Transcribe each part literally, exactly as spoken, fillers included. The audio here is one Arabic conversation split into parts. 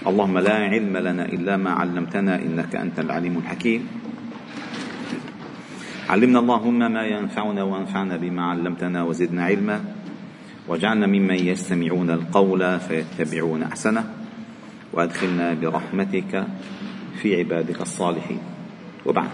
اللهم لا علم لنا إلا ما علمتنا إنك أنت العليم الحكيم. علمنا اللهم ما ينفعنا وانفعنا بما علمتنا وزدنا علما، واجعلنا ممن يستمعون القول فيتبعون أحسنه، وأدخلنا برحمتك في عبادك الصالحين. وبعد،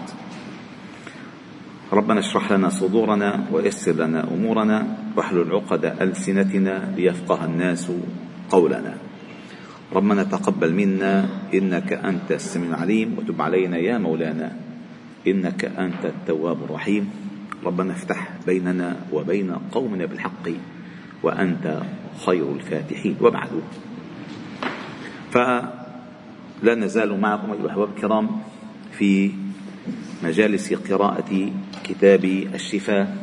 ربنا اشرح لنا صدورنا ويسر لنا أمورنا واحلل عقد ألسنتنا ليفقه الناس قولنا. ربنا تقبل منا إنك أنت السميع العليم، وتب علينا يا مولانا إنك أنت التواب الرحيم. ربنا افتح بيننا وبين قومنا بالحق وأنت خير الفاتحين. وبعد، فلا نزال معكم أيها الأحباب الكرام في مجالس قراءة كتاب الشفاء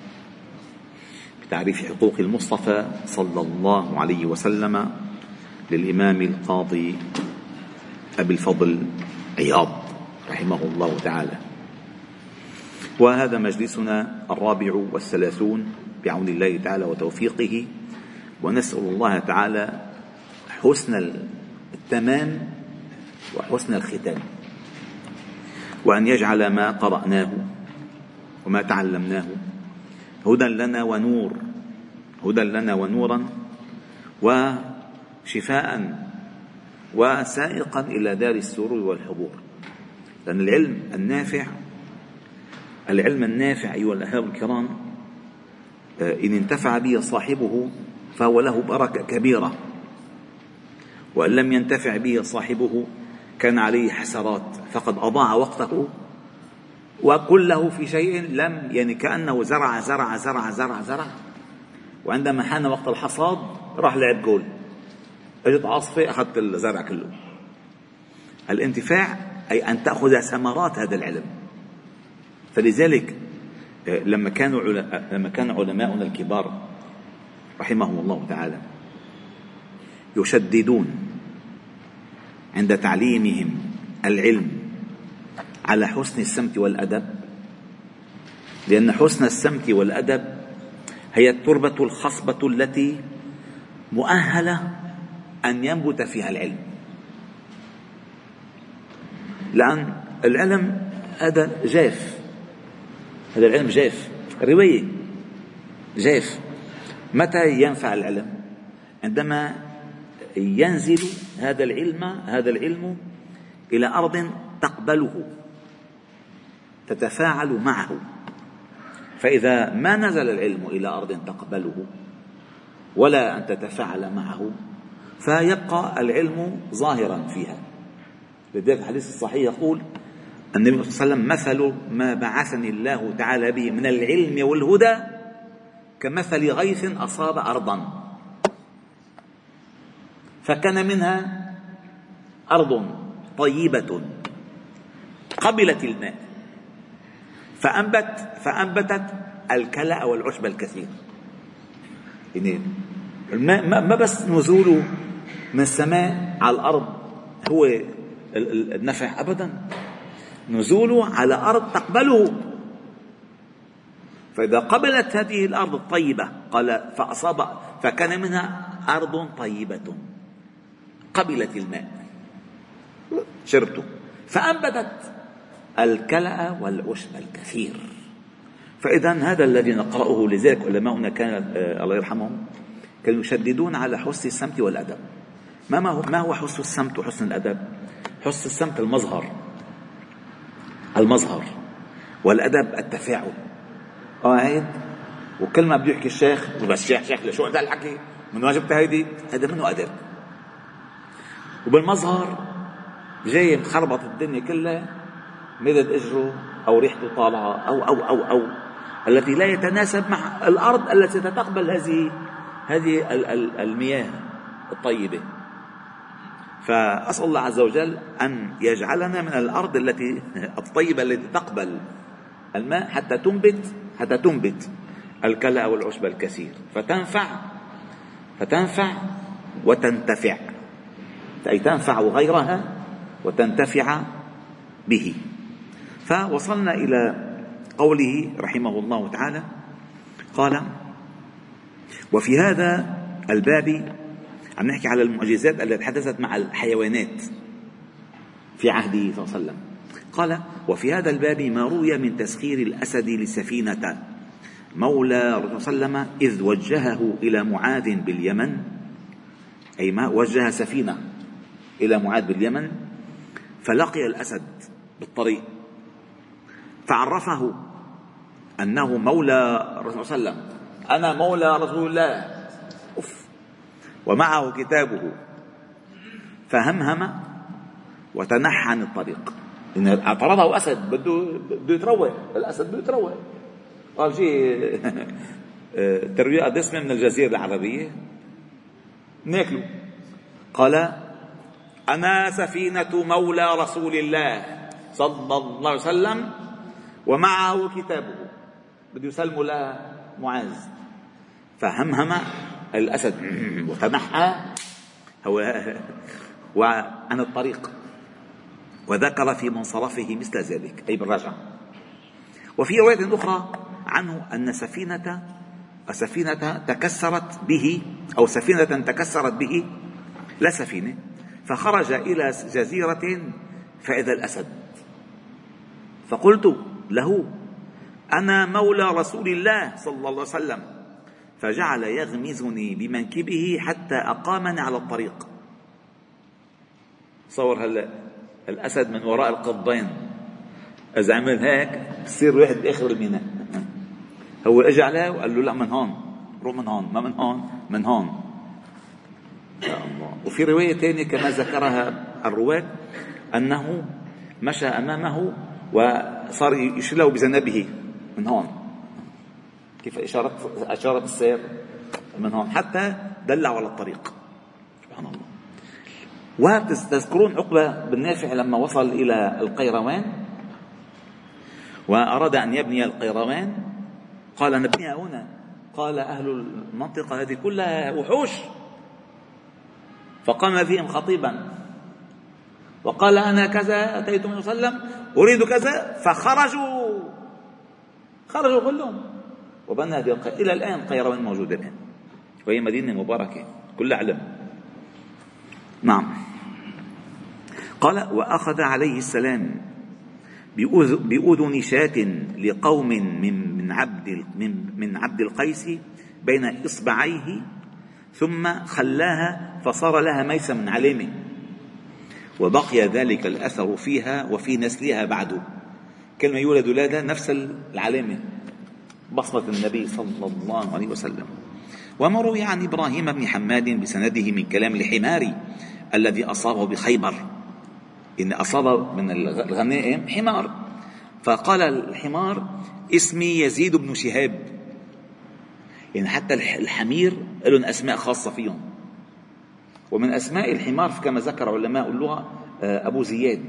بتعريف حقوق المصطفى صلى الله عليه وسلم للإمام القاضي أبي الفضل عياض رحمه الله تعالى. وهذا مجلسنا الرابع والثلاثون بعون الله تعالى وتوفيقه، ونسأل الله تعالى حسن التمام وحسن الختام، وأن يجعل ما قرأناه وما تعلمناه هدى لنا ونور هدى لنا ونورا وشفاء وسائقا إلى دار السرور والحبور. لأن العلم النافع العلم النافع أيها الأحباب الكرام إن انتفع به صاحبه فهو له بركة كبيرة، وإن لم ينتفع به صاحبه كان عليه حسرات، فقد أضاع وقته وكله في شيء لم يعني كأنه زرع زرع زرع زرع زرع وعندما حان وقت الحصاد راح لعب جول، اجت عاصفة أخذت الزرع كله. الانتفاع أي أن تأخذ ثمرات هذا العلم. فلذلك لما كانوا لما كان علماؤنا الكبار رحمهم الله تعالى يشددون عند تعليمهم العلم على حسن السمت والأدب، لأن حسن السمت والأدب هي التربة الخصبة التي مؤهلة أن ينبت فيها العلم. لأن العلم هذا جاف، هذا العلم جاف، رواية جاف. متى ينفع العلم؟ عندما ينزل هذا العلم هذا العلم إلى أرض تقبله، تتفاعل معه. فإذا ما نزل العلم إلى أرض تقبله ولا أن تتفاعل معه فيبقى العلم ظاهرا فيها. لذلك الحديث الصحيح يقول النبي صلى الله عليه وسلم: مثل ما بعثني الله تعالى به من العلم والهدى كمثل غيث أصاب أرضا فكان منها أرض طيبة قبلت الماء فأنبت فأنبتت الكلأ والعشب الكثير. يعني الماء ما بس نزوله من السماء على الأرض هو النفع، أبدا، نزوله على أرض تقبله. فإذا قبلت هذه الأرض الطيبة قال فأصاب فكان منها أرض طيبة قبلت الماء شربته فأنبتت الكلأ والعشب الكثير. فإذا هذا الذي نقرأه، لذلك علماؤنا كان الله يرحمهم كانوا يشددون على حسن السمت والأدب. ما هو ما هو حسن السمت وحسن الأدب؟ حسن السمت المظهر المظهر والأدب التفاعل. قاعد وكل ما بده يحكي الشيخ بس شيخ شيخ لشو هذا الحكي من واجبته هيدي، هذا منه أدب. وبالمظهر جاي مخربط الدنيا كلها، مدد اجره او ريحته طالعه او او او او التي لا يتناسب مع الارض التي تتقبل هذه هذه المياه الطيبه. فاسال الله عز وجل ان يجعلنا من الارض التي الطيبه التي تقبل الماء حتى تنبت حتى تنبت الكلأ والعشب الكثير، فتنفع فتنفع وتنتفع، أي تنفع غيرها وتنتفع به. فوصلنا إلى قوله رحمه الله تعالى قال: وفي هذا الباب عم نحكي على المعجزات التي حدثت مع الحيوانات في عهده صلى الله عليه وسلم. قال: وفي هذا الباب ما روي من تسخير الأسد لسفينة مولى الرسول صلى الله عليه وسلم إذ وجهه إلى معاذ باليمن، أي ما وجه سفينة إلى معاذ باليمن، فلقي الأسد بالطريق فعرفه أنه مولى الرسول صلى الله عليه وسلم، أنا مولى رسول الله أف ومعه كتابه، فهمهم وتنحى عن الطريق. إن اعترضه أسد بده بده يتروى، الأسد بده يتروى، قال شيء ترويئة دسمة من الجزيرة العربية ناكله. قال: أنا سفينة مولى رسول الله صلى الله عليه وسلم ومعه كتابه، بده يسلموا لمعاذ. فهمهم الأسد وتنحى هو وعن الطريق، وذكر في منصرفه مثل ذلك، أي بالرجعة. وفي رواية أخرى عنه أن سفينة سفينة تكسرت به، أو سفينة تكسرت به، لا سفينة، فخرج إلى جزيرة فإذا الأسد، فقلت له: أنا مولى رسول الله صلى الله عليه وسلم، فجعل يغمزني بمنكبه حتى أقامني على الطريق. صور هلا الأسد من وراء القضبين، إذا عمل هيك بصير واحد بآخر الميناء. هو اجى عليه وقال له: لا، من هون، روح من هون، ما من هون، من هون. يا الله. وفي رواية ثانية كما ذكرها الرواة أنه مشى أمامه وصار يشير له بذنبه من هون، كيف إشارة أشارة السير من هون، حتى دلوا على الطريق. سبحان الله. وتذكرون عقبة بن نافع لما وصل إلى القيروان وأراد أن يبني القيروان، قال: نبنيها هنا. قال أهل المنطقة هذه كلها وحوش، فقام فيهم خطيبا وقال: أنا كذا أتيت من وسلم أريد كذا، فخرجوا خرجوا كلهم وبنى هذه القيروان. إلى الآن قيروان موجودة الآن، وهي مدينة مباركة كلها علم. نعم. قال: وأخذ عليه السلام بأذن شاة لقوم من من عبد من عبد القيس بين إصبعيه، ثم خلاها فصار لها ميسا من علامة، وبقي ذلك الأثر فيها وفي نسلها بعده، كل ما يولد ولادها نفس العلامة، بصمة النبي صلى الله عليه وسلم. وما روي عن إبراهيم بن حماد بسنده من كلام الحمار الذي أصابه بخيبر، إن أصاب من الغنائم حمار، فقال الحمار: اسمي يزيد بن شهاب. يعني حتى الحمير لهم أسماء خاصة فيهم. ومن أسماء الحمار كما ذكر علماء اللغة أبو زياد،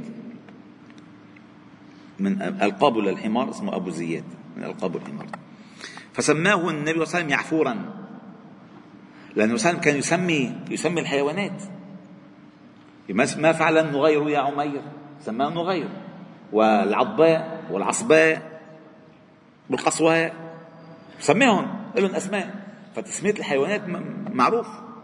من ألقاب للحمار اسمه أبو زياد، من ألقاب الحمار. فسماه النبي صلى الله عليه وسلم يعفورا، لأنه سلم كان يسمي يسمي الحيوانات. ما فعل النغير يا عمير، سماه النغير، والعضباء والعصباء والقصواء، سميهم لهم أسماء، فتسمية الحيوانات معروف.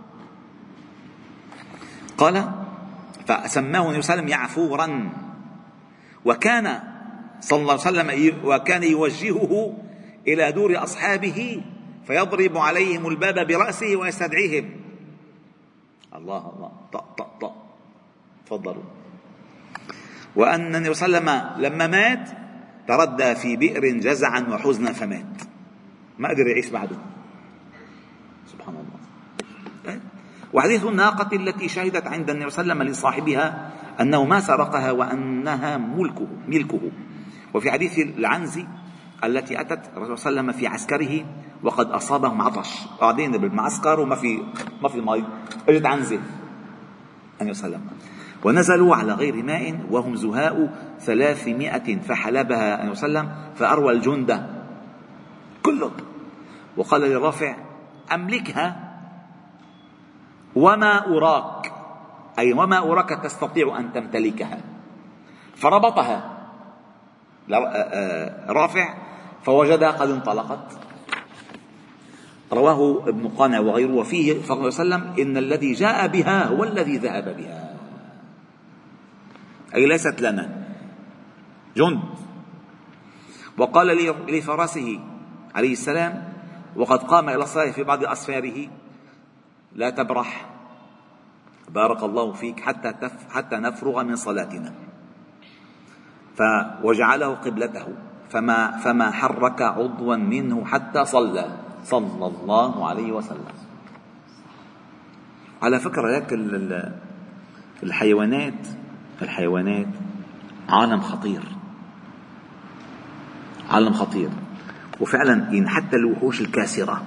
قال: فسماه النبي صلى الله عليه وسلم يعفورا، وكان صلى الله عليه وسلم وكان يوجهه إلى دور أصحابه فيضرب عليهم الباب برأسه ويستدعيهم. الله الله، طق طق طق، تفضلوا. وأن النبي صلى الله عليه وسلم لما مات تردى في بئر جزعا وحزنا فمات، ما قدر يعيش بعده. سبحان الله. وحديث الناقة التي شهدت عند النبي صلى الله عليه وسلم لصاحبها أنه ما سرقها وأنها ملكه ملكه. وفي حديث العنزي التي أتت الرسول صلى الله عليه وسلم في عسكره وقد أصابهم عطش، قاعدين بالمعسكر وما في ما في ماء، اجت عنزة النبي صلى الله عليه وسلم، ونزلوا على غير ماء وهم زهاء ثلاثمائة، فحلبها النبي صلى الله عليه وسلم فأروى الجند كله، وقال للرافع: أملكها وما أراك، أي وما أراك تستطيع أن تمتلكها. فربطها رافع فوجدها قد انطلقت، رواه ابن قانع وغيره، وفيه صلى الله عليه وسلم: إن الذي جاء بها هو الذي ذهب بها، أي ليست لنا جند. وقال لفرسه عليه السلام وقد قام إلى الصلاة في بعض أسفاره: لا تبرح بارك الله فيك حتى حتى نفرغ من صلاتنا. وجعله قبلته فما فما حرك عضوا منه حتى صلى صلى الله عليه وسلم. على فكرة هيك الحيوانات الحيوانات عالم خطير، عالم خطير. وفعلا إن حتى الوحوش الكاسرة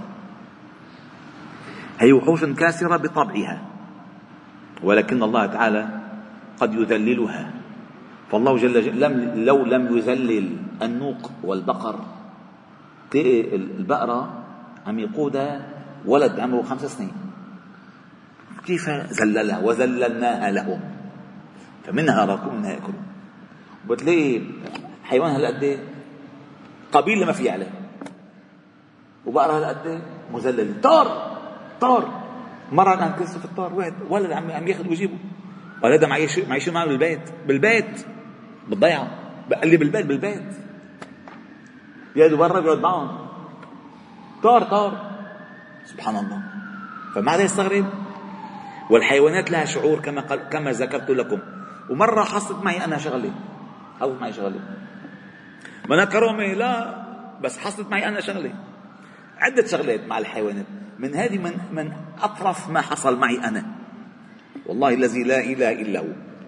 هي وحوش كاسرة بطبعها، ولكن الله تعالى قد يذللها. فالله جل جلاله لو لم يذلل النوق والبقر، تلاقي البقرة عم يقودها ولد عمره خمس سنين، كيف ذللها وذللناها لهم فمنها ركوب منها يأكلون. وبتلاقي حيوان هالقد قبيل لما في عليه، وبقرة هالقد مذلل. طار طار مرة أنا كنت في الطار، واحد ولد عم عم ياخذ ويجيبه، قال هذا معيش معيش معه بالبيت بالبيت بالضيعة، قال لي بالبيت بالبيت بيقعدوا برا بيقعد معهم. طار طار سبحان الله. فما هذا يستغرب. والحيوانات لها شعور كما قال كما ذكرت لكم. ومرة حصلت معي أنا شغلة حصلت معي شغلة ما أنا كرامة لا، بس حصلت معي أنا شغلة، عدة شغلات مع الحيوانات. من هذه من من أطرف ما حصل معي أنا، والله الذي لا إله إلا هو.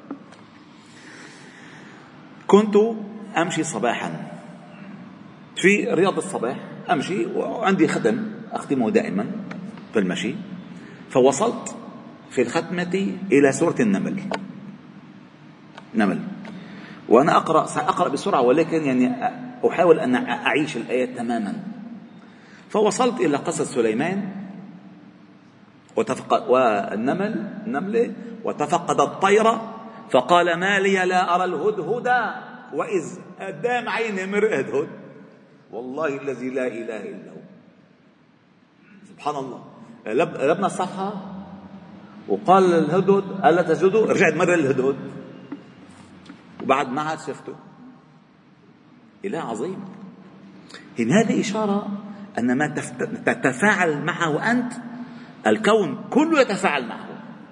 كنت أمشي صباحا في رياض الصباح، أمشي وعندي ختم أختمه دائما في المشي، فوصلت في الختمة إلى سورة النمل نمل وأنا أقرأ سأقرأ بسرعة، ولكن يعني أحاول أن أعيش الآيات تماما. فوصلت إلى قصة سليمان وتفقد والنمل النملة وتفقد الطير فقال ما لي لا أرى الهدهد وإذ قدام عيني مر هدهد، والله الذي لا إله إلا هو. سبحان الله. قلبنا الصفحة وقال الهدهد ألا تسجدوا، رجعت مرة الهدهد وبعد ما عاد شفته. إله عظيم. هنا هذه إشارة أن ما تتفاعل معه أنت الكون كله يتفاعل معه.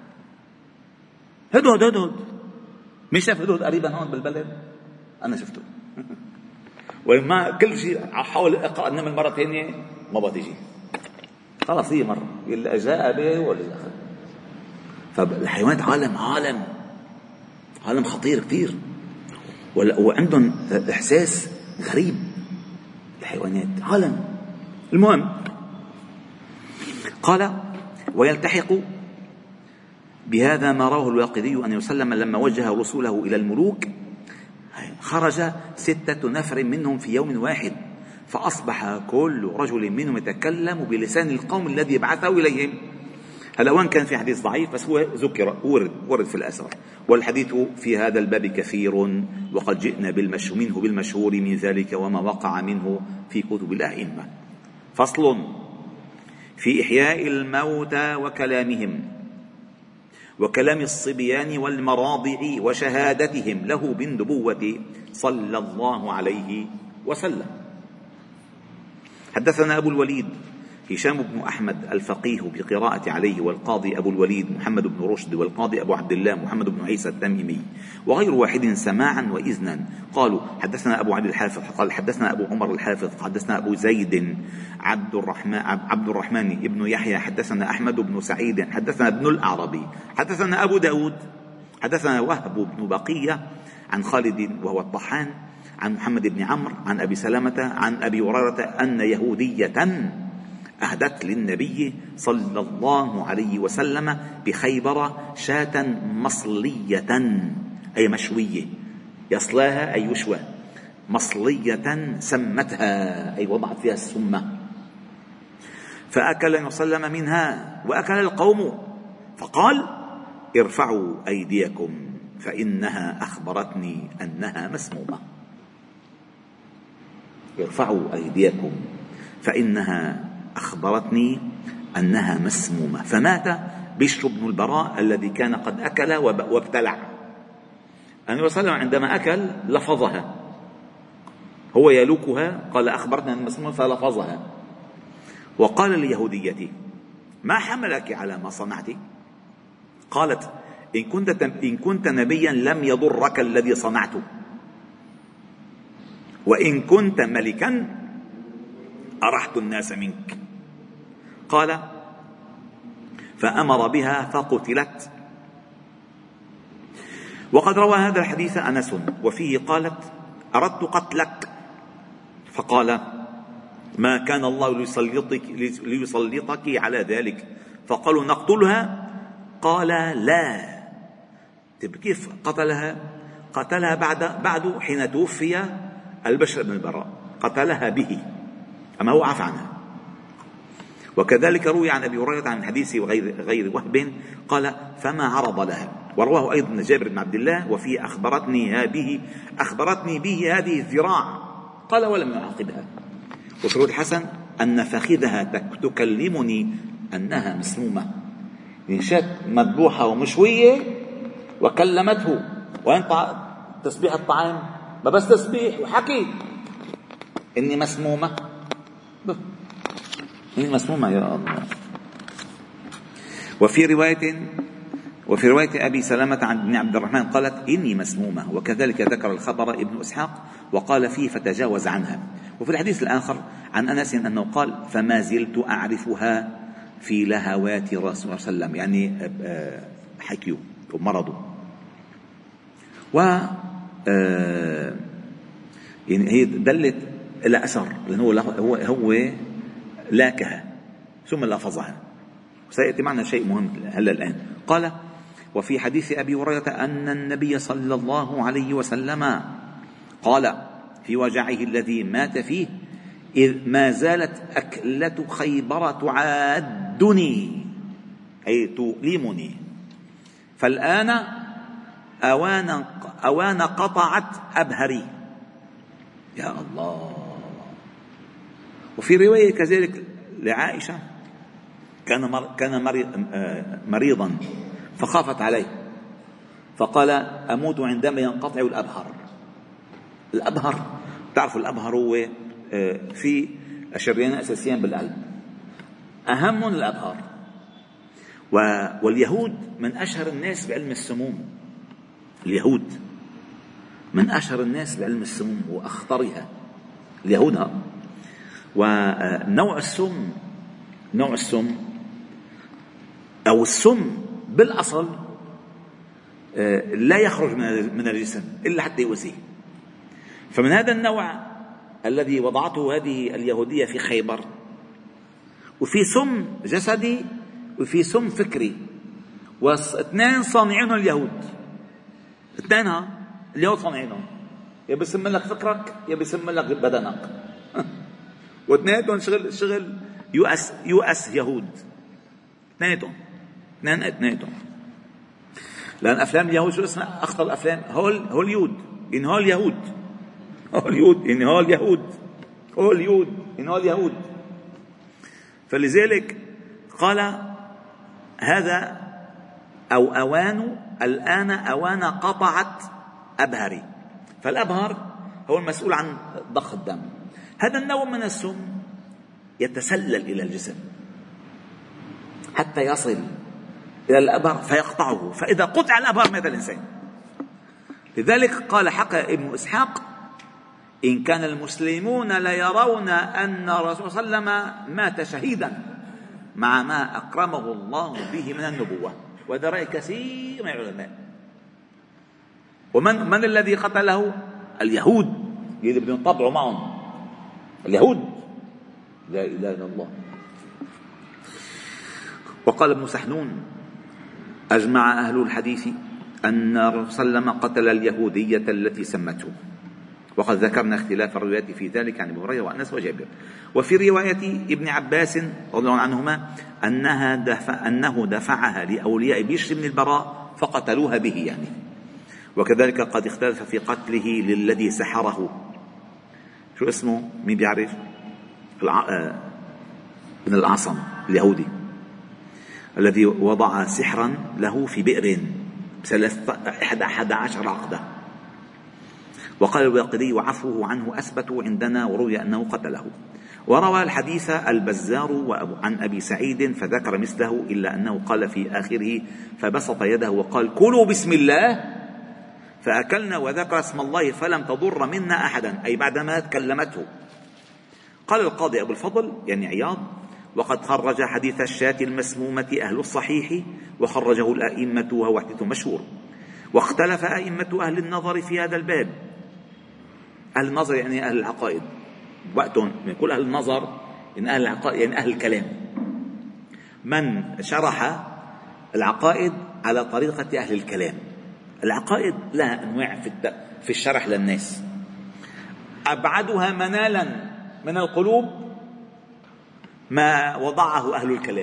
هدهد هدهد مش شاف هدهد قريبا هون بالبلد؟ أنا شفته. وما كل شيء أحاول أقرأ النمل مرة ثانية ما بتيجي، خلاص هي مرة اللي جاء به ولا أخذ. فالحيوانات عالم عالم عالم خطير كثير، وعندهم إحساس غريب. الحيوانات عالم. المهم قال ويلتحق بهذا ما رواه الواقدي أن يسلم لما وجه رسوله إلى الملوك خرج ستة نفر منهم في يوم واحد، فأصبح كل رجل منهم يتكلم بلسان القوم الذي بعثه إليهم. هلا وان كان في حديث ضعيف بس هو ذكر ورد, ورد في الأثر، والحديث في هذا الباب كثير وقد جئنا بالمشهور منه بالمشهور من ذلك وما وقع منه في كتب الأئمة. فصل في إحياء الموتى وكلامهم وكلام الصبيان والمراضع وشهادتهم له بالنبوة صلى الله عليه وسلم. حدثنا أبو الوليد هشام بن أحمد الفقيه بقراءة عليه، والقاضي أبو الوليد محمد بن رشد، والقاضي أبو عبد الله محمد بن عيسى التميمي، وغير واحد سماعا وإذنا. قالوا حدثنا أبو عبد الحافظ قال حدثنا أبو عمر الحافظ حدثنا أبو زيد عبد الرحمن عبد الرحمن ابن يحيى حدثنا أحمد بن سعيد حدثنا ابن الأعربي حدثنا أبو داود حدثنا وهب بن بقية عن خالد وهو الطحان عن محمد بن عمرو عن أبي سلمة عن أبي هريرة أن يهودية أهدت للنبي صلى الله عليه وسلم بخيبر شاة مصلية أي مشوية، يصلاها أي يشوى، مصلية سمتها أي وضعت فيها السمة، فأكل النبي صلى الله عليه وسلم منها وأكل القوم، فقال ارفعوا أيديكم فإنها أخبرتني أنها مسمومة. ارفعوا أيديكم فإنها أخبرتني أنها مسمومة. فمات بشر بن البراء الذي كان قد أكل وابتلع. النبي صلى الله عليه وسلم عندما أكل لفظها، هو يلوكها، قال أخبرتنا أن مسمومة فلفظها. وقال لليهودية: ما حملك على ما صنعت؟ قالت: إن كنت, إن كنت نبيا لم يضرك الذي صنعته، وإن كنت ملكا أرحت الناس منك. قال: فأمر بها فقتلت. وقد روى هذا الحديث أنس وفيه قالت: أردت قتلك، فقال: ما كان الله ليسلطك, ليسلطك على ذلك. فقالوا: نقتلها؟ قال: لا. كيف قتلها؟ قتلها بعد بعد حين توفي البشر بن البراء، قتلها به، أما هو عفى عنها. وكذلك روي عن أبي هريرة عن حديث غير, غير وهب قال: فما عرض لها. ورواه أيضا جابر بن عبد الله وفي أخبرتني به أخبرتني به هذه الذراع، قال ولم يعاقبها. وفي الحسن أن فخذها تكلمني أنها مسمومة، يعني شات مذبوحة ومشوية وكلمته. وين تسبيح الطعام؟ ما بس تسبيح وحكي إني مسمومة، إني مسمومة يا الله. وفي رواية وفي رواية أبي سلامة عن ابن عبد الرحمن قالت: إني مسمومة. وكذلك ذكر الخبر ابن إسحاق وقال فيه: فتجاوز عنها. وفي الحديث الآخر عن أنس أنه قال: فما زلت أعرفها في لهوات الرسول صلى الله عليه وسلم، يعني حكيوا ومرضوا. و يعني هي دلت إلى أثر، لأنه هو هو لاكها ثم لفظها. سيأتي معنا شيء مهم هلا الآن. قال: وفي حديث أبي هريرة أن النبي صلى الله عليه وسلم قال في وجعه الذي مات فيه: إذ ما زالت أكلة خيبر تعادني، أي تؤلمني، فالآن أوان, أوان قطعت أبهري. يا الله. وفي رواية كذلك لعائشة: كان كان مريضا فخافت عليه فقال: أموت عندما ينقطع الأبهر. الأبهر تعرفوا الأبهر هو في شريان أساسيان بالقلب، أهم من الأبهر. واليهود من أشهر الناس بعلم السموم، اليهود من أشهر الناس بعلم السموم وأخطرها اليهود. ونوع السم نوع السم أو السم بالأصل لا يخرج من الجسم إلا حتى يؤذيه. فمن هذا النوع الذي وضعته هذه اليهودية في خيبر، وفي سم جسدي وفي سم فكري، واثنين صانعين اليهود، اثنينها اليهود صانعينهم، يا بيسم لك فكرك يا بيسم لك بدنك واثنيناتهم شغل شغل يؤس يؤس يهود، اثنيناتهم اثنين اثنيناتهم. لأن أفلام اليهود شو اسمها؟ أخطر الأفلام هول هوليود، إن هول يهود هوليود إن هول يهود هوليود إن هول يهود. فلذلك قال: هذا أو أوان الآن أوان قطعت أبهري. فالأبهر هو المسؤول عن ضخ الدم. هذا النوع من السم يتسلل إلى الجسم حتى يصل إلى الأبهر فيقطعه، فإذا قطع الأبهر مات الإنسان. لذلك قال حكى ابن إسحاق: إن كان المسلمون ليرون أن الرسول صلى الله عليه وسلم مات شهيدا مع ما أكرمه الله به من النبوة. وهذا رأي كثير من العلماء. ومن من الذي قتله؟ اليهود اللي بدهم يطبعوا معهم، اليهود. لا إله إلا الله. وقال ابن سحنون: أجمع أهل الحديث أن الرسول صلى الله عليه وسلم قتل اليهودية التي سمته. وقد ذكرنا اختلاف الروايات في ذلك عن ابي هريره وانس وجابر. وفي روايه ابن عباس رضي الله عنهما انها دفع انه دفعها لاولياء بشر بن البراء فقتلوها به يعني. وكذلك قد اختلف في قتله للذي سحره، شو اسمه؟ مين بيعرف؟ بن الأعصم اليهودي الذي وضع سحرا له في بئر أحد عشر عقدة، وقال الواقدي وعفوه عنه أثبت عندنا وروي أنه قتله. وروى الحديث البزار عن أبي سعيد فذكر مثله إلا أنه قال في آخره فبسط يده وقال كلوا بسم الله فأكلنا وذكر اسم الله فلم تضر منا أحدا، أي بعدما كلمته. قال القاضي أبو الفضل يعني عياض وقد خرج حديث الشاة المسمومة أهل الصحيح وخرجه الأئمة وهو حديث مشهور. واختلف أئمة أهل النظر في هذا الباب. أهل النظر يعني أهل العقائد، وقتهم من كل أهل النظر يعني أهل العقائد يعني أهل الكلام، من شرح العقائد على طريقة أهل الكلام. العقائد لها أنواع في الشرح للناس، أبعدها منالا من القلوب ما وضعه أهل الكلام،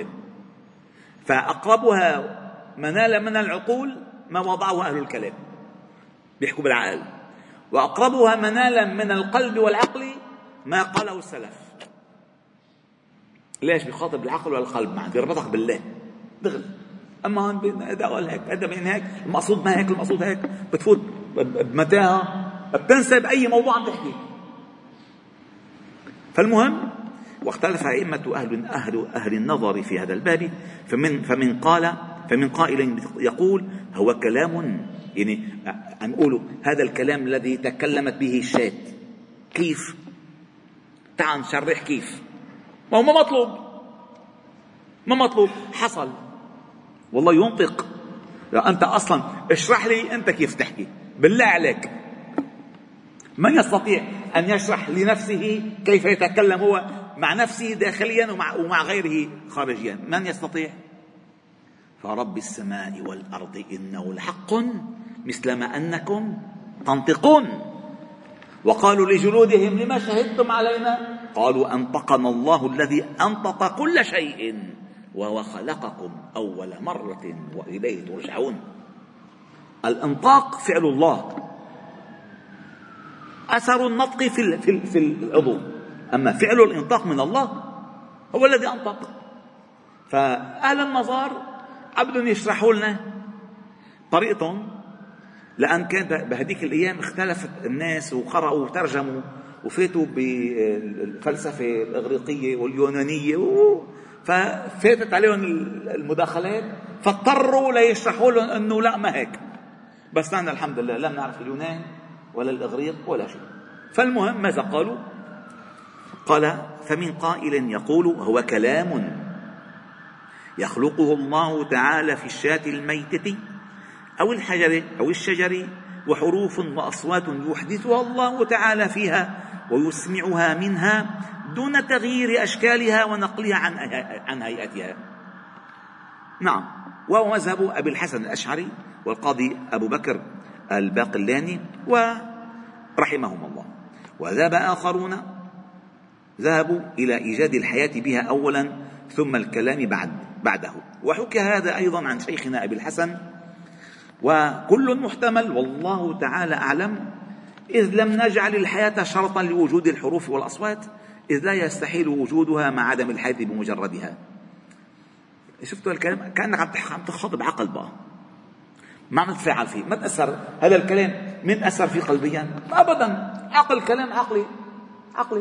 فأقربها منالا من العقول ما وضعه أهل الكلام بيحكوا بالعقل، وأقربها منالا من القلب والعقل ما قاله السلف. ليش بيخاطب العقل والقلب معا؟ بيربطك بالله دغري. أما هون هذا قال هيك هذا بين هيك، المقصود ما هيك المقصود هيك، بتفوت بمتاهة بتنسى بأي موضوع عم تحكي. فالمهم واختلف أئمة أهل أهل أهل النظر في هذا الباب، فمن فمن قال فمن قائل يقول هو كلام يعني عم يقولوا هذا الكلام الذي تكلمت به الشاة كيف؟ تعال نشرح كيف. ما هو ما مطلوب ما مطلوب حصل والله ينطق. أنت أصلا اشرح لي أنت كيف تحكي بالله عليك. من يستطيع أن يشرح لنفسه كيف يتكلم هو مع نفسه داخليا ومع, ومع غيره خارجيا؟ من يستطيع؟ فرب السماء والأرض إنه لحق مثل ما أنكم تنطقون. وقالوا لجلودهم لما شهدتم علينا؟ قالوا أنطقنا الله الذي أنطق كل شيء وهو خلقكم أول مرة وإليه ترجعون. الإنطاق فعل الله، أثر النطق في في في العضو، أما فعل الإنطاق من الله هو الذي أنطق. فأهل النظر عبدهم يشرحوا لنا طريقتهم، لأن كان بهديك الأيام اختلفت الناس وقرأوا وترجموا وفاتوا بالفلسفة الإغريقية واليونانية، ففاتت عليهم المداخلات فاضطروا ليشرحوا لهم أنه لا ما هيك. بس نحن الحمد لله لم نعرف اليونان ولا الإغريق ولا شيء. فالمهم ماذا قالوا؟ قال فمن قائل يقول هو كلام يخلقه الله تعالى في الشاة الميتة أو الحجر أو الشجر وحروف وأصوات يحدثها الله تعالى فيها ويسمعها منها دون تغيير أشكالها ونقلها عن عن هيئتها. نعم، وهو مذهب أبي الحسن الأشعري والقاضي أبو بكر الباقلاني ورحمهم الله. وذهب آخرون ذهبوا إلى إيجاد الحياة بها أولا ثم الكلام بعد بعده. وحكى هذا أيضا عن شيخنا أبي الحسن، وكل محتمل والله تعالى أعلم، إذ لم نجعل الحياة شرطا لوجود الحروف والأصوات، إذ لا يستحيل وجودها مع عدم الحياة بمجردها. شفتوا الكلام؟ كأنك عم تخاطب عقل بقى، ما عم تتفاعل فيه، ما تأثر هذا الكلام من أثر فيه قلبيا أبدا. عقل كلام عقلي عقلي.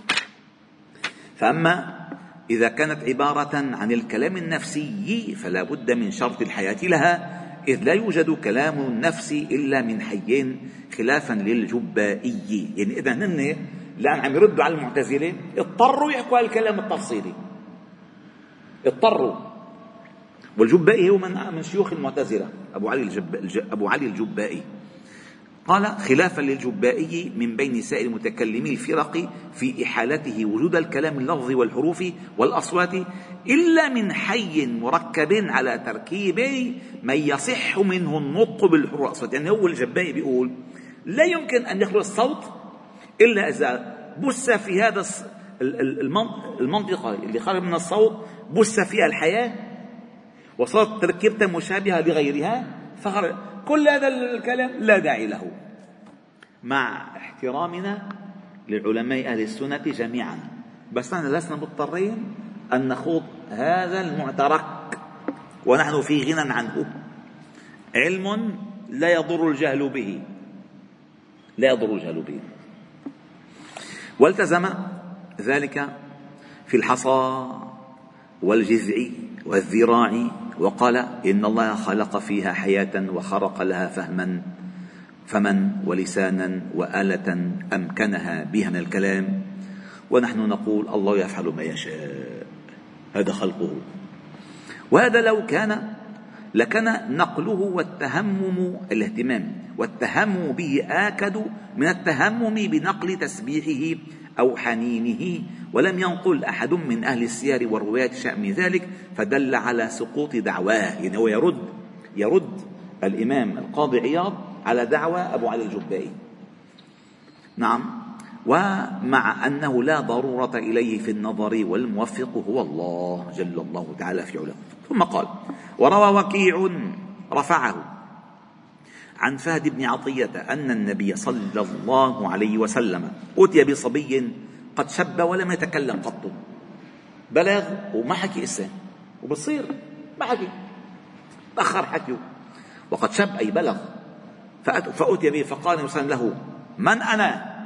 فأما إذا كانت عبارة عن الكلام النفسي فلا بد من شرط الحياة لها، إذ لا يوجد كلام النفس إلا من حيين خلافا للجبائي. يعني إذا هن لأن عم يردوا على المعتزلة اضطروا يحكوا الكلام التفصيلي، اضطروا. والجبائي هو من من شيوخ المعتزلة أبو علي الجب أبو علي الجبائي. قال خلافا للجبائي من بين سائر متكلمي الفرق في إحالته وجود الكلام اللفظي والحروف والأصوات إلا من حي مركب على تركيب من يصح منه النطق بالحروف والأصوات. يعني هو الجبائي بيقول لا يمكن أن يخرج الصوت إلا إذا بث في هذا المنطقة اللي خرج من الصوت بث فيها الحياة وصارت تركيبة مشابهة لغيرها، فخرج. كل هذا الكلام لا داعي له، مع احترامنا لعلماء أهل السنة جميعا، بس نحن لسنا مضطرين أن نخوض هذا المعترك ونحن في غنى عنه. علم لا يضر الجهل به، لا يضر الجهل به. والتزم ذلك في الحصى والجذع والذراع، وقال إن الله خلق فيها حياة وخرق لها فهما فمن ولسانا وآلة أمكنها بها من الكلام، ونحن نقول الله يفعل ما يشاء، هذا خلقه. وهذا لو كان لكان نقله والتهمم الاهتمام والتهمم به آكد من التهمم بنقل تسبيحه أو حنينه، ولم ينقل أحد من أهل السير والروايات شيئا من ذلك، فدل على سقوط دعواه. يعني هو يرد يرد الإمام القاضي عياض على دعوى أبو علي الجبائي. نعم، ومع أنه لا ضرورة إليه في النظر، والموفق هو الله جل الله تعالى في علاه. ثم قال: وروى وكيع رفعه عن فهد بن عطية أن النبي صلى الله عليه وسلم أتي بصبي قد شب ولم يتكلم قط، بلغ وما حكي إسان، وبصير ما حكي، تأخر حكيه، وقد شب أي بلغ. فأتي به فقال النبي صلى الله عليه وسلم له: من أنا؟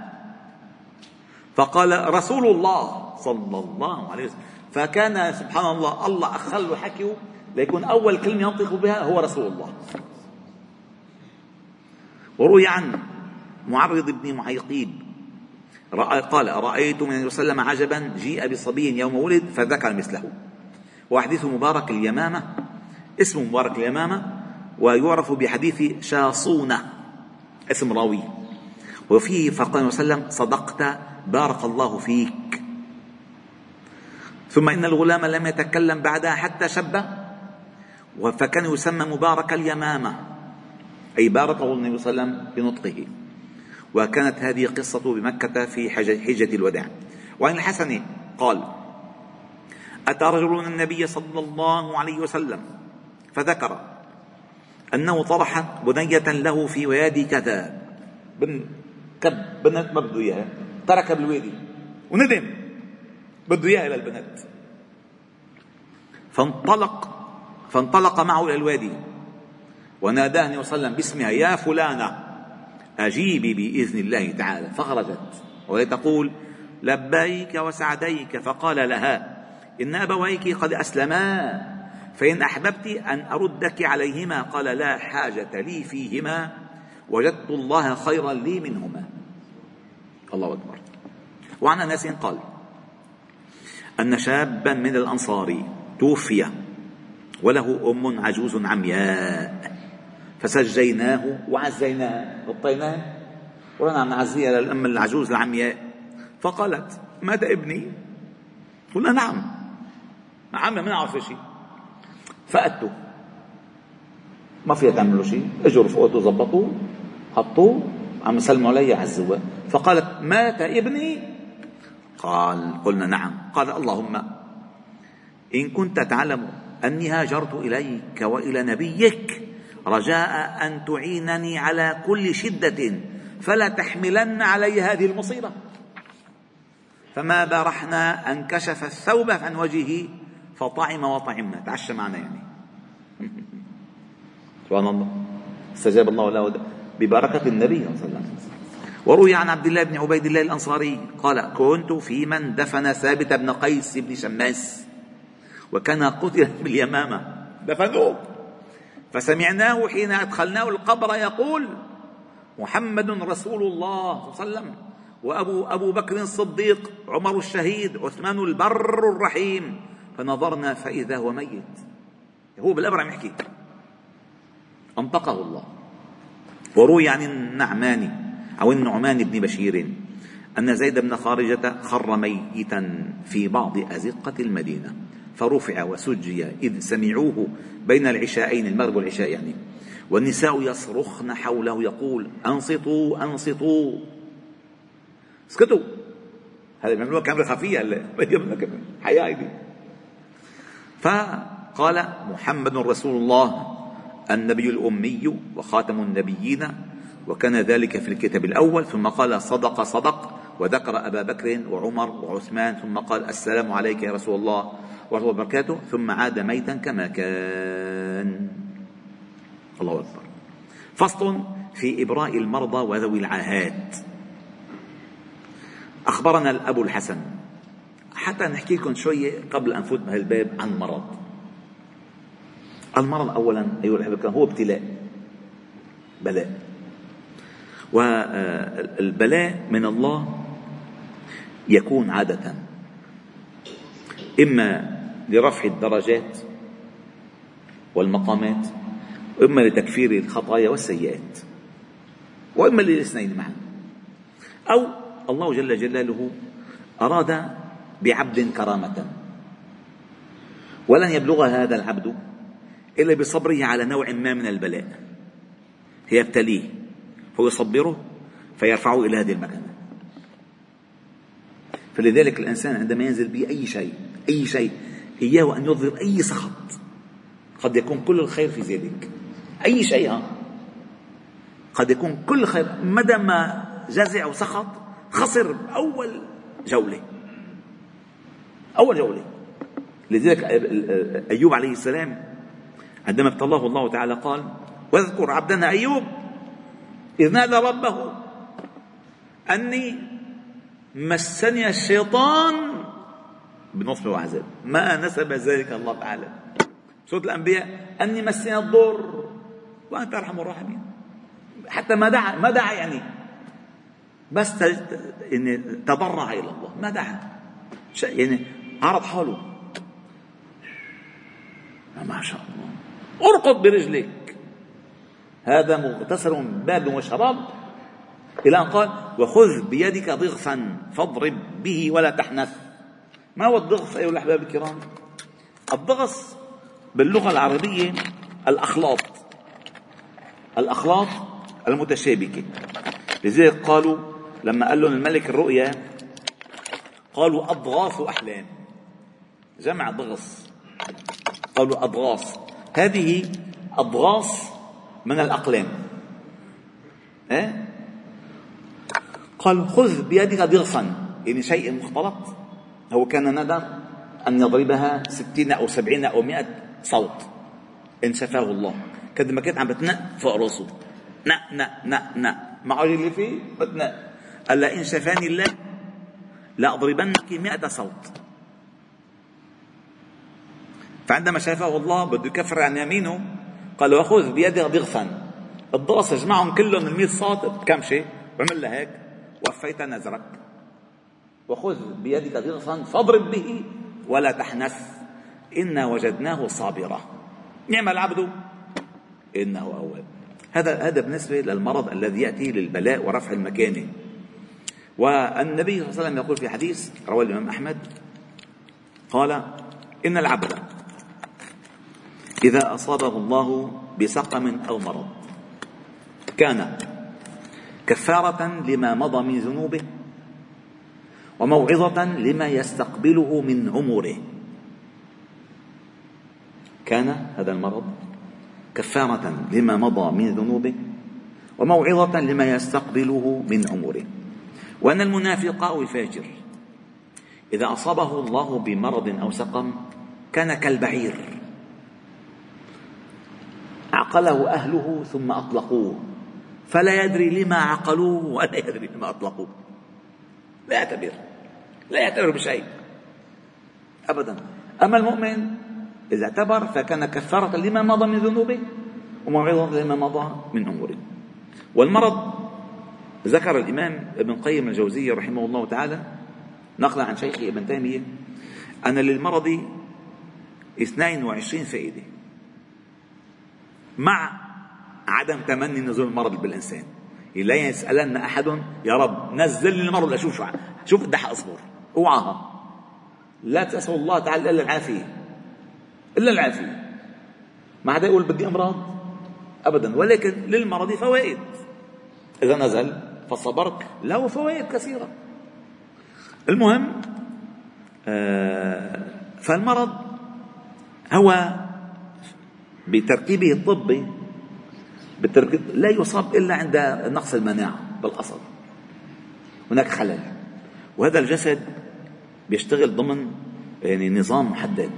فقال: رسول الله صلى الله عليه وسلم. فكان سبحان الله الله أخر له حكيه ليكون أول كلمة ينطق بها هو رسول الله. وروي عن معرض بن معيقيب قال: رأيت من النبي صلى الله عليه وسلم عجبا جيء بصبي يوم ولد فذكر مثله. وحديث مبارك اليمامة، اسم مبارك اليمامة، ويعرف بحديث شاصونة اسم راوي، وفيه فقال النبي صلى الله عليه وسلم: صدقت بارك الله فيك. ثم إن الغلام لم يتكلم بعدها حتى شب، فكان يسمى مبارك اليمامة، أي باركه النبي صلى الله عليه وسلم بنطقه. وكانت هذه قصة بمكة في حجة الوداع. وعن الحسن قال: أتى رجل النبي صلى الله عليه وسلم فذكر أنه طرح بنية له في وادي كذا، بن كب بنت ما بده إياها، ترك بالوادي وندم بده إياها للبنات، فانطلق فانطلق معه إلى الوادي وناداه النبي صلى الله عليه وسلم باسمها: يا فلانة أجيبي بإذن الله تعالى. فخرجت وهي تقول: لبيك وسعديك. فقال لها: إن أبويك قد أسلما، فإن أحببت أن أردك عليهما. قال: لا حاجة لي فيهما، وجدت الله خيرا لي منهما. الله أكبر. وعن أنس قال أن شابا من الأنصار توفي وله أم عجوز عمياء، فسجيناه وعزيناه، غطيناه ورنا نعزيها للأم العجوز العمياء. فقالت: مات ابني؟ قلنا: نعم عم ما نعرف شيء. فأتوا ما فيها تعملوا شيء، اجوا رفقته زبطوه حطوه عم سلموا علي عزوه. فقالت: مات ابني؟ قال: قلنا: نعم. قال: اللهم إن كنت تعلم أني هاجرت إليك وإلى نبيك رجاء أن تعينني على كل شدة فلا تحملن علي هذه المصيبة. فما برحنا أن كشف الثوب عن وجهه فطعم وطعمنا، تعشى معنا يعني. سبحان الله، استجاب الله له ببركة النبي صلى الله عليه وسلم. وروي عن عبد الله بن عبيد الله الأنصاري قال: كنت في من دفن ثابت بن قيس بن شماس، وكان قتل باليمامة، دفنوه، فسمعناه حين أدخلناه القبر يقول: محمد رسول الله صلى الله عليه وسلم، وأبو أبو بكر الصديق، عمر الشهيد، عثمان البر الرحيم. فنظرنا فإذا هو ميت، هو بالأمر عم يحكي، أنطقه الله. وروي عن النعمان أو النعمان بن بشير أن زيد بن خارجة خر ميتا في بعض أزقة المدينة، فرفع وسجي إذ سمعوه بين العشاءين، المغرب والعشاء يعني، والنساء يصرخن حوله يقول: أنصتوا أنصتوا، اسكتوا. هذا بيعملوها كاميرا خفية، هلا حياة دي. فقال: محمد رسول الله النبي الأمي وخاتم النبيين، وكان ذلك في الكتاب الأول. ثم قال: صدق صدق وذكر أبا بكر وعمر وعثمان، ثم قال السلام عليك يا رسول الله ورحمة الله وبركاته، ثم عاد ميتا كما كان. الله أكبر. فصل في إبراء المرضى وذوي العاهات. أخبرنا الأبو الحسن، حتى نحكي لكم شوية قبل أن نفوت بهالباب عن المرض. المرض أولا أيها الأحبة هو ابتلاء، بلاء، والبلاء من الله يكون عادة إما لرفع الدرجات والمقامات، وإما لتكفير الخطايا والسيئات، وإما للاثنين معا، أو الله جل جلاله أراد بعبد كرامة ولن يبلغ هذا العبد إلا بصبره على نوع ما من البلاء، فيبتليه ويصبره فيرفعه إلى هذه المكانة. فلذلك الإنسان عندما ينزل به أي شيء أي شيء إياه أن يظهر أي سخط، قد يكون كل الخير في ذلك، أي شيء ها قد يكون كل خير، مدى ما جزع وسخط خسر أول جولة أول جولة. لذلك أيوب عليه السلام عندما ابتلاه الله تعالى قال: واذكر عبدنا أيوب إذ نادى ربه أني مسني الشيطان بنصب وعذاب. ما نسب ذلك الله تعالى. سورة الأنبياء: أني مسني الضر وأنت أرحم الراحمين. حتى ما دعا ما دعا يعني بس يعني تضرع إلى الله، ما دعا يعني عرض حاله. ما شاء الله، ارقد برجلك، هذا مغتسل باب وشراب، إلى أن قال: وخذ بيدك ضغثا فاضرب به ولا تحنث. ما هو الضغث أيها الأحباب الكرام؟ الضغث باللغة العربية الأخلاط الأخلاط المتشابكة. لذلك قالوا لما قال لهم الملك الرؤيا قالوا أضغاث أحلام، جمع ضغث، قالوا أضغاث. هذه أضغاث من الأقلام. أه؟ قال: خذ بيدك ضغثا، يعني شيء مختلط. هو كان ندى أن يضربها ستين أو سبعين أو مئة صوت إن شفاه الله. كد ما كانت عم بتنق فوق راسه، نق نق نق نق مع اللي فيه بتنق. قال: إن شفاني الله لأضربنك مئة صوت. فعندما شافه الله بده يكفر عن يمينه قال: وخذ بيدك ضغثا. الضغط جمعهم كلهم المئة صوت بكمشة وعمل له هيك: وفيت نزرك، وخذ بيدك ضغثا فاضرب به ولا تحنث إنا وجدناه صابرا نعم العبد إنه أواب. هذا هذا بالنسبة للمرض الذي يأتي للبلاء ورفع المكانة. والنبي صلى الله عليه وسلم يقول في حديث رواه الإمام أحمد قال: إن العبد إذا أصابه الله بسقم أو مرض كان كفارة لما مضى من ذنوبه وموعظة لما يستقبله من عمره. كان هذا المرض كفارة لما مضى من ذنوبه وموعظة لما يستقبله من عمره. وأن المنافق أو الفاجر إذا أصابه الله بمرض أو سقم كان كالبعير عقله أهله ثم أطلقوه فلا يدري لما عقلوه ولا يدري لما أطلقوه. لا يعتبر لا يعتبر بشيء أبدا. أما المؤمن إذا اعتبر فكان كفارة لما مضى من ذنوبه وموعظة لما مضى من عمره. والمرض ذكر الإمام ابن قيم الجوزية رحمه الله تعالى نقلا عن شيخه ابن تيمية أن للمرض اثنين وعشرين فائدة مع عدم تمني نزول المرض بالإنسان. لا يسألن أحد: يا رب نزل لي المرض أشوف شو شوف قد أصبر. اوعاها، لا تسأل الله تعالى إلا العافية إلا العافية. ما حدا يقول بدي أمراض أبدا، ولكن للمرض فوائد. إذا نزل فالصبر له فوائد كثيرة. المهم آه فالمرض هو بتركيبه الطبي بالتركيب لا يصاب إلا عند نقص المناعة بالأصل، هناك خلل. وهذا الجسد بيشتغل ضمن يعني نظام محدد.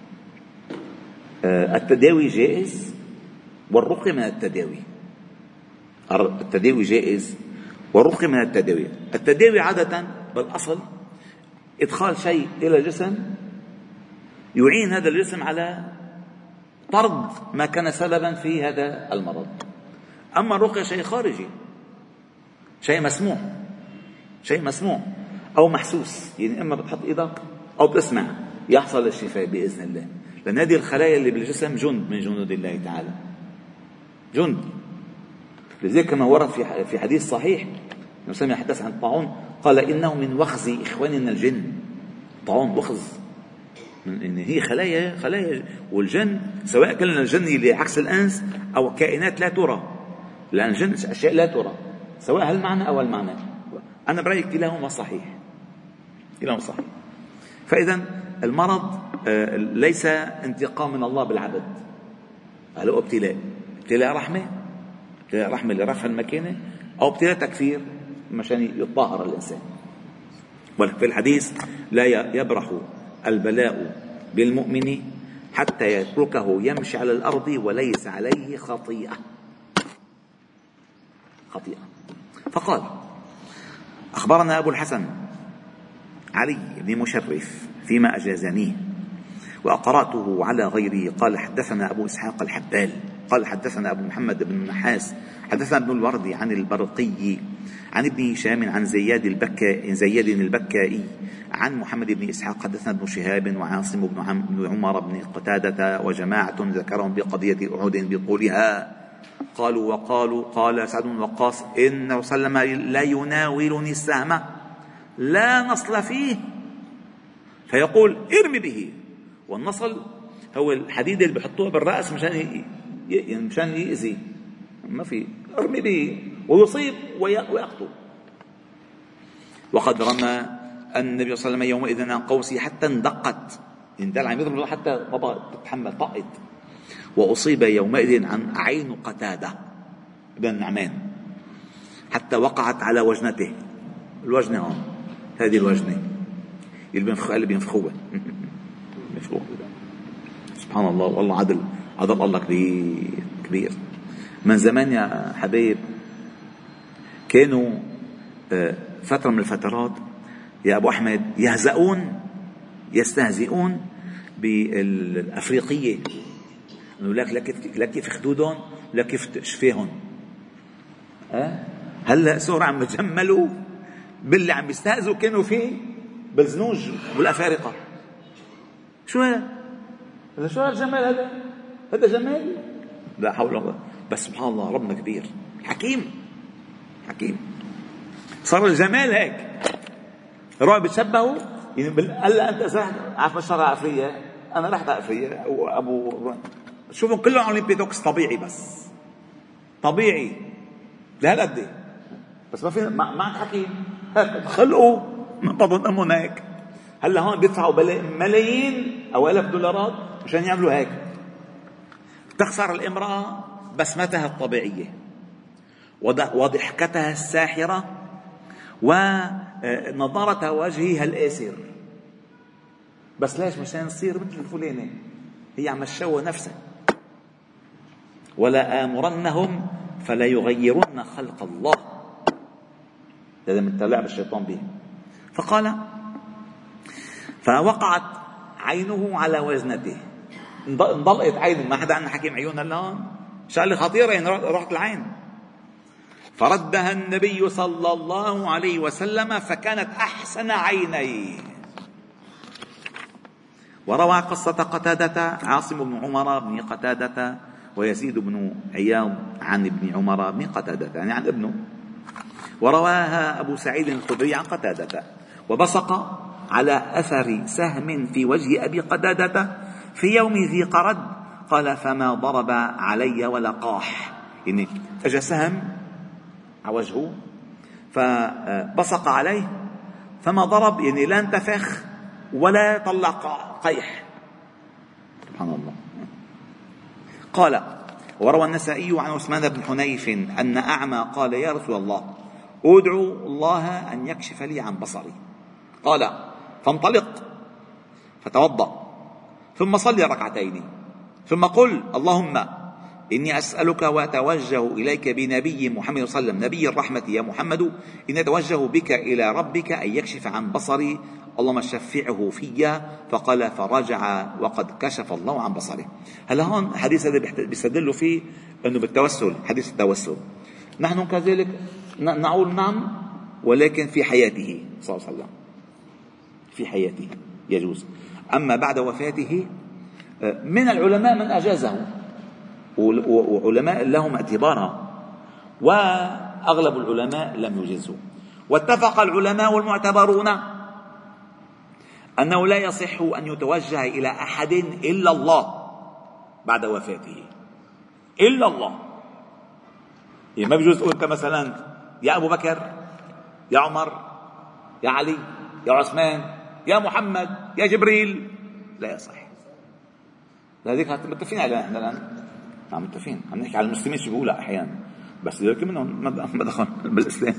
التداوي جائز والرقي من التداوي. التداوي جائز والرقي من التداوي. التداوي عادة بالأصل إدخال شيء إلى الجسم يعين هذا الجسم على طرد ما كان سببا في هذا المرض. أما الرقية شيء خارجي، شيء مسموع، شيء مسموع أو محسوس، يعني إما بتحط إيدك أو بتسمع يحصل الشفاء بإذن الله، لأن هذه الخلايا اللي بالجسم جند من جنود الله تعالى، جند. لذلك كما ورد في حديث صحيح نسمي يحدث عن الطاعون قال إنه من وخز إخواننا الجن. طاعون وخز، إن هي خلايا خلايا والجن سواء كان الجن اللي عكس الأنس أو كائنات لا ترى، لأن الجن أشياء لا ترى سواء هالمعنى أو المعنى. أنا برأيي كلاهما صحيح، كلاهما صحيح. فإذا المرض ليس انتقام من الله بالعبد، هل هو ابتلاء، ابتلاء رحمة، ابتلاء رحمة لرفع المكانة، أو ابتلاء تكفير مشان يتطهر الإنسان. وفي الحديث لا يبرح البلاء بالمؤمن حتى يتركه يمشي على الأرض وليس عليه خطيئة. خطيئة. فقال أخبرنا أبو الحسن علي بن مشرف فيما أجازنيه وأقرأته على غيره قال حدثنا أبو إسحاق الحبال قال حدثنا أبو محمد بن النحاس حدثنا ابن الوردي عن البرقي عن ابن هشام عن زياد البكائي زياد البكائي عن محمد بن إسحاق حدثنا ابن شهاب وعاصم بن عمر بن قتادة وجماعة ذكرهم بقضية أحد بقولها قالوا وقالوا قال سعد بن وقاص إنه سلم لا يناولني السهم لا نصل فيه فيقول ارمي به. والنصل هو الحديد اللي بيحطوه بالرأس مشان ي... مشان يأذي، ما في، ارمي به ويصيب ويقتل. وقد رمى النبي صلى الله عليه وسلم يومئذ عن قوسه حتى اندقت، اندل عم يضرب حتى ما تتحمل طقت. وأصيب يومئذ عن عين قتادة بن النعمان حتى وقعت على وجنته، الوجنة هون، هذه الوجنة اللي بينفخوها سبحان الله. والله عدل عدل الله كبير كبير. من زمان يا حبايب كانوا فترة من الفترات يا أبو أحمد يهزؤون يستهزئون بالأفريقية، انه لك لك لك كيف خدودهم لك كيف شفيهم. أه؟ هلا صار عم يتجملوا باللي عم يستهزئوا كانوا فيه بالزنوج والأفارقة. شو هذا؟ هذا شو هالجمال هذا؟ هذا جمال؟ لا حول ولا. بس سبحان الله ربنا كبير حكيم حكيم. صار الجمال هيك روح بتشبهوا يعني هلا انت سهل عارف الشرع افريقيا، انا رحت على افريقيا وابو شوفوا كلهم عاملين بيدوكس طبيعي، بس طبيعي لهالقد، بس ما في ما عاد حكي هيك خلقوا من طبن امهم هيك. هلا هون بيدفعوا ملايين او الاف دولارات مشان يعملوا هيك. تخسر الامراه بسمتها الطبيعيه وضحكتها الساحره ونظاره وجهها الآسر، بس ليش؟ مشان تصير مثل الفلانة، هي عم تشوه نفسها. ولا آمرنهم فلا يغيرن خلق الله، هذا من تلاعب الشيطان به. فقال فوقعت عينه على وزنته، انضلقت عينه، ما حدا عنا حكيم عيون هلا، شغله خطيره يعني راحت العين. فردها النبي صلى الله عليه وسلم فكانت أحسن عينيه. وروى قصة قتادة عاصم بن عمر بن قتادة ويزيد بن عياض عن ابن عمر بن قتادة يعني عن ابنه. ورواها أبو سعيد الخدري عن قتادة. وبصق على أثر سهم في وجه أبي قتادة في يوم ذي قرد قال فما ضرب علي ولا قاح، يعني أجى سهم على وجهه فبصق عليه فما ضرب، يعني لا انتفخ ولا طلع قيح. سبحان الله. قال وروى النسائي عن عثمان بن حنيف أن أعمى قال يا رسول الله أدعو الله أن يكشف لي عن بصري، قال فانطلق فتوضأ ثم صلي ركعتين ثم قل اللهم إني أسألك وأتوجه إليك بنبي محمد صلى الله عليه وسلم نبي الرحمة يا محمد إني أتوجه بك إلى ربك أن يكشف عن بصري اللهم شفعه في. فقال فرجع وقد كشف الله عن بصره. هلا هون حديث هذا بيستدلوا فيه أنه بالتوسل، حديث التوسل نحن كذلك نقول نعم، ولكن في حياته صلى الله عليه وسلم في حياته يجوز. أما بعد وفاته من العلماء من أجازه، وعلماء لهم اعتبارها، وأغلب العلماء لم يجزوا. واتفق العلماء المعتبرون أنه لا يصح أن يتوجه إلى أحد إلا الله بعد وفاته، إلا الله. يعني ما بيجوز تقول أنت مثلا يا أبو بكر، يا عمر، يا علي، يا عثمان، يا محمد، يا جبريل، لا يصح. لذلك متفقين على احنا الآن، عم متفقين عم نحكي على المسلمين شو بيقولوا أحيانا، بس ذلك منهم ما دخل بالإسلام.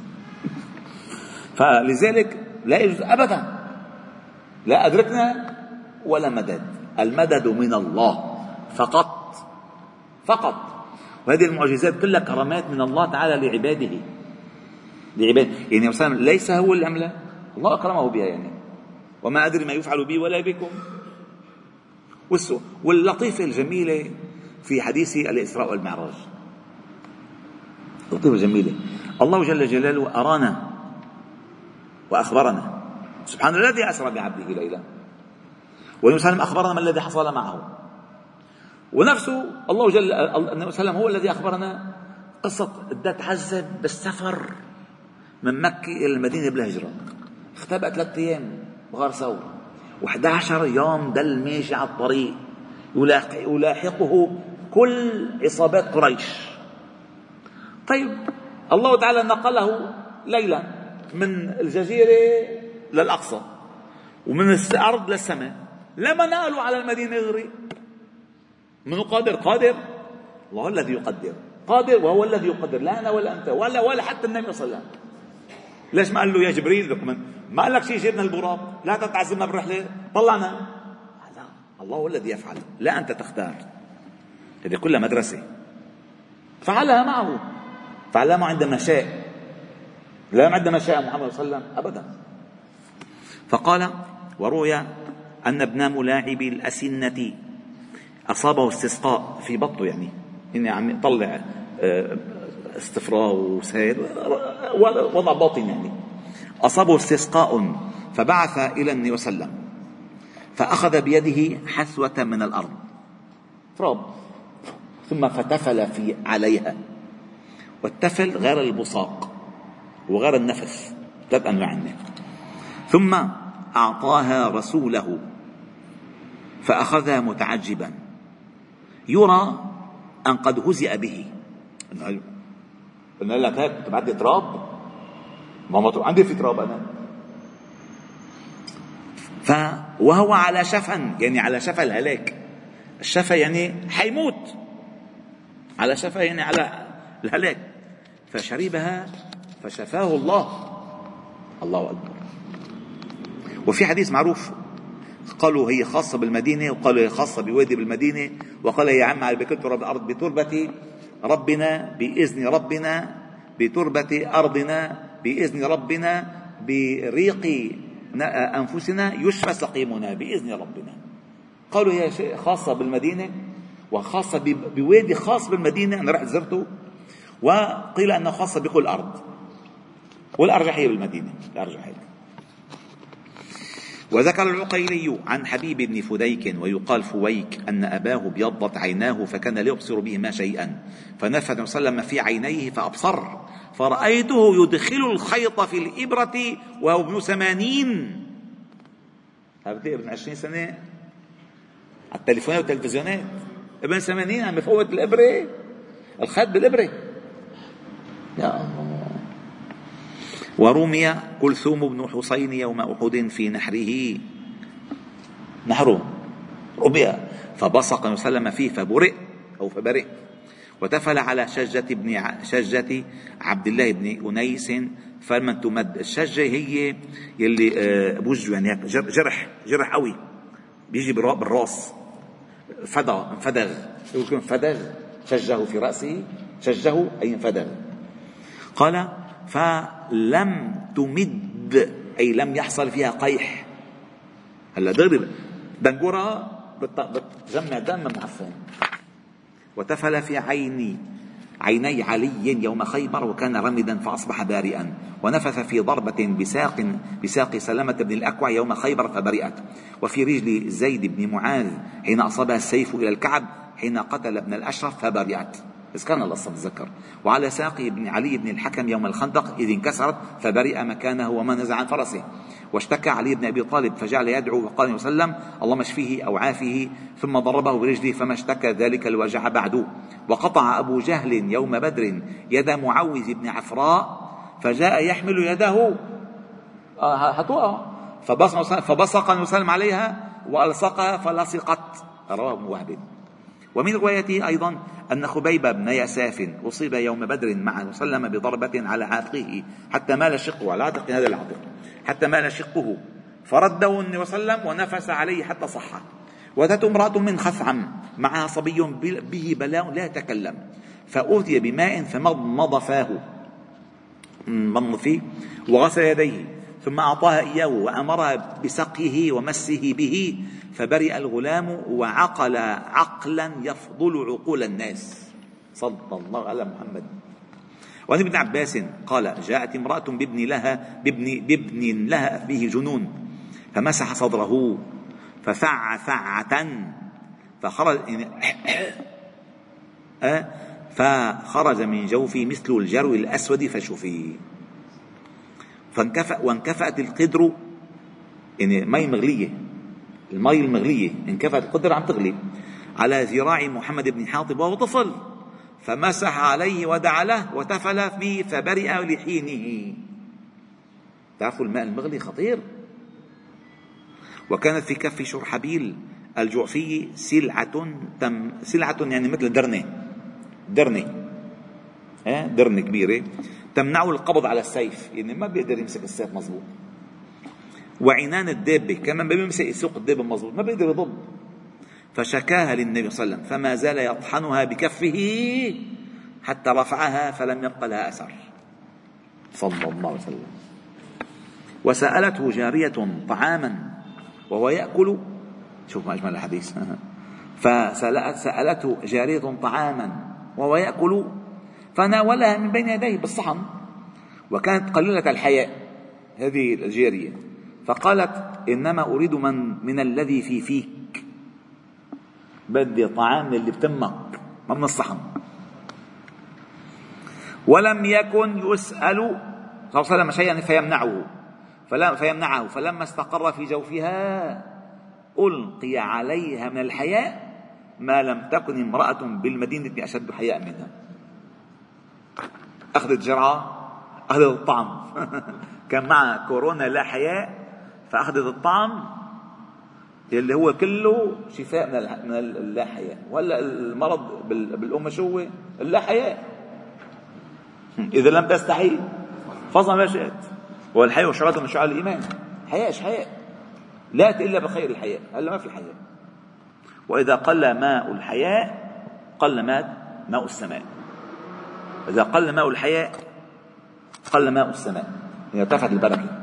فلذلك لا يجوز أبدا، لا أدركنا ولا مدد، المدد من الله فقط فقط. وهذه المعجزات كلها كرامات من الله تعالى لعباده لعباده يعني مثلا ليس هو اللي عملها، الله أكرمه بها. يعني وما أدري ما يفعل بي ولا بكم. واللطيفة الجميلة في حديث الإسراء والمعراج، لطيفة جميلة، الله جل جلاله أرانا وأخبرنا سبحان الذي أسرى بعبده ليلا، والنبي صلى الله عليه وسلم أخبرنا ما الذي حصل معه، ونفسه الله جل النبي صلى الله عليه وسلم هو الذي أخبرنا قصة بدها تعذب بالسفر من مكة إلى المدينة بالهجرة. اختبأ ثلاثة أيام بغار ثور، وإحدى عشر يوم دل ماشي على الطريق يلاحقه كل عصابات قريش. طيب الله تعالى نقله ليلا من الجزيرة للأقصى ومن الأرض للسماء، لما نقلوا على المدينة يغري. منو قادر؟ قادر الله الذي يقدر، قادر وهو الذي يقدر، لا أنا ولا أنت ولا ولا حتى النبي صلى الله عليه وسلم. ليش ما قال له يا جبريل ما قال لك شيء جبنا البراق لا تتعزمنا بالرحلة طلعنا؟ لا، الله هو الذي يفعل، لا أنت تختار. هذه كلها مدرسة فعلها معه، فعلها معه عندما شاء، لا عندما شاء محمد صلى الله عليه وسلم أبدا. فقال وروي أن ابن ملاعب الأسنة أصابه استسقاء في بطنه، يعني إني عم يطلع استفراغ وسير وضع باطن، يعني أصابه استسقاء فبعث إلى النبي صلى الله عليه وسلم فأخذ بيده حثوة من الأرض تراب ثم فتفل في عليها. والتفل غير البصاق وغير النفس، ثلاث أنواع عنه. ثم أعطاها رسوله فأخذها متعجبا يرى أن قد هزئ به. قلنا لك هيك تبعت لي تراب، ما عندي في تراب أنا. ف وهو على شفا، يعني على شفا الهلاك. الشفا يعني حيموت، على شفا يعني على الهلاك. فشربها فشفاه الله. الله أكبر. وفي حديث معروف قالوا هي خاصة بالمدينة، وقالوا هي خاصة بوادي بالمدينة، وقال يا عم على بكل تراب الأرض بتربة ربنا بإذن ربنا، بتربة أرضنا بإذن ربنا، بريق أنفسنا يشفى سقيمنا بإذن ربنا. قالوا هي شيء خاصة بالمدينة وخاصة بوادي خاص بالمدينة، أنا رحت زرته، وقيل أنه خاصة بكل أرض، والأرجحية بالمدينة الأرجحية. وذكر العقيلي عن حبيب بن فديك ويقال فويك أن أباه ابيضت عيناه فكان لا يبصر بهما شيئا، فنفث النبي صلى الله عليه وسلم في عينيه فأبصر، فرأيته يدخل الخيط في الإبرة وهو ابن ثمانين. هذا ابن عشرين سنة على التليفونات والتلفزيونات، ابن ثمانين عم يفوت الإبرة الخيط بالإبرة. يا الله. ورمي كلثوم بن حسين يوم أحد في نحره، نحره رمي فبصق النبي صلى الله عليه وسلم فيه فبرئ أو فبرئ. وتفل على شجة بن شجة عبد الله بن أنيس فلم تمد. الشجة هي يلي بوجه يعني جرح جرح قوي بيجي بالراس، فدغ انفدغ، يقول انفدغ، شجه في رأسه، شجه أي انفدغ. قال فلم تمد أي لم يحصل فيها قيح. هلا دغري دنجورة بتجمع دم معفن. وتفل في عيني عيني علي يوم خيبر وكان رمدا فأصبح بارئا. ونفث في ضربة بساق بساق سلمة بن الأكوع يوم خيبر فبرئت. وفي رجل زيد بن معاذ حين أصابها السيف إلى الكعب حين قتل ابن الأشرف فبرئت. بس كان الله تذكر. وعلى ساق ابن علي بن الحكم يوم الخندق إذ انكسرت فبرئ مكانه وما نزع عن فرسه. واشتكى علي بن أبي طالب فجعل يدعو وقال وسلم اللهم اشفيه أو عافيه ثم ضربه برجله فما اشتكى ذلك الوجع بعد. وقطع أبو جهل يوم بدر يد معوذ بن عفراء فجاء يحمل يده هتوقع فبصق وسلم عليها وألصقها فلصقت. رواه ابن وهب. ومن روايته أيضا أن خبيب بن يساف أصيب يوم بدر مع وسلم بضربة على عاتقه حتى مال شقه، على عاتق هذا العاتق حتى مال شقه فرده النبي وسلم ونفس عليه حتى صح. وأتته امرأة من خثعم معها صبي به بلاء لا يتكلم فأوتي بماء فمضمض فاه مضمض فيه وغسل يديه ثم أعطاها إياه وأمرها بسقيه ومسه به فبرئ الغلام وعقل عقلا يفضل عقول الناس. صلى الله على محمد. وعن ابن عباس قال جاءت امرأة بابن لها بابن, بابن لها فيه جنون فمسح صدره ففع فعة فخرج فخرج من جوفي مثل الجرو الأسود فشفي. فانكفأ وانكفأت القدر يعني مي مغلية، المي المغلية انكفأت القدر عم تغلي على ذراع محمد بن حاطب وهو طفل فمسح عليه ودعا له وتفل فيه فبرئ لحينه. تعرفوا الماء المغلي خطير. وكانت في كف شرحبيل الجعفي سلعة تم سلعة يعني مثل درنة درنة اه درنة كبيرة تمنعه القبض على السيف، يعني ما بيقدر يمسك السيف مظبوط. وعنان الدابة كمان ما بيمسك يسوق الدابة مظبوط، ما بيقدر يضب. فشكاها للنبي صلى الله عليه وسلم فما زال يطحنها بكفه حتى رفعها فلم يبق لها أثر صلى الله عليه وسلم. وسألته جارية طعاما وهو يأكل، شوف ما أجمل الحديث فسألته جارية طعاما وهو يأكل فناولها من بين يديه بالصحن وكانت قليلة الحياء هذه الجارية فقالت إنما أريد من, من الذي في فيك، بدي طعام من اللي بتمك ما من الصحن. ولم يكن يسأل صلى الله عليه وسلم شيئا فيمنعه فلم فيمنعه فلما استقر في جوفها ألقي عليها من الحياء ما لم تكن امرأة بالمدينة أشد حياء منها. أخذت جرعة، أخذت الطعم كان معها كورونا لا حياء فأخذت الطعم اللي هو كله شفاء من اللا حياء. وهلا المرض بالأمة شو هو؟ اللا حياء. إذا لم تستحي فاصنع ما شئت والحياء شعبة من شعب الإيمان. حياء إيش حياء؟ لا إلا بخير الحياء. هلا ما في حياء. وإذا قل ماء الحياء قل ماء ماء السماء. إذا قل ماء الحياء قل ماء السماء، يعني ارتفعت البركة.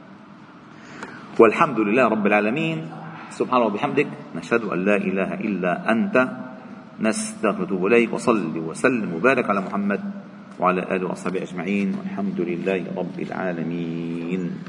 والحمد لله رب العالمين. سبحانه وبحمدك نشهد أن لا إله إلا أنت نستغفرك إليك. وصل وسلم وبارك على محمد وعلى آله وصحبه أجمعين والحمد لله رب العالمين.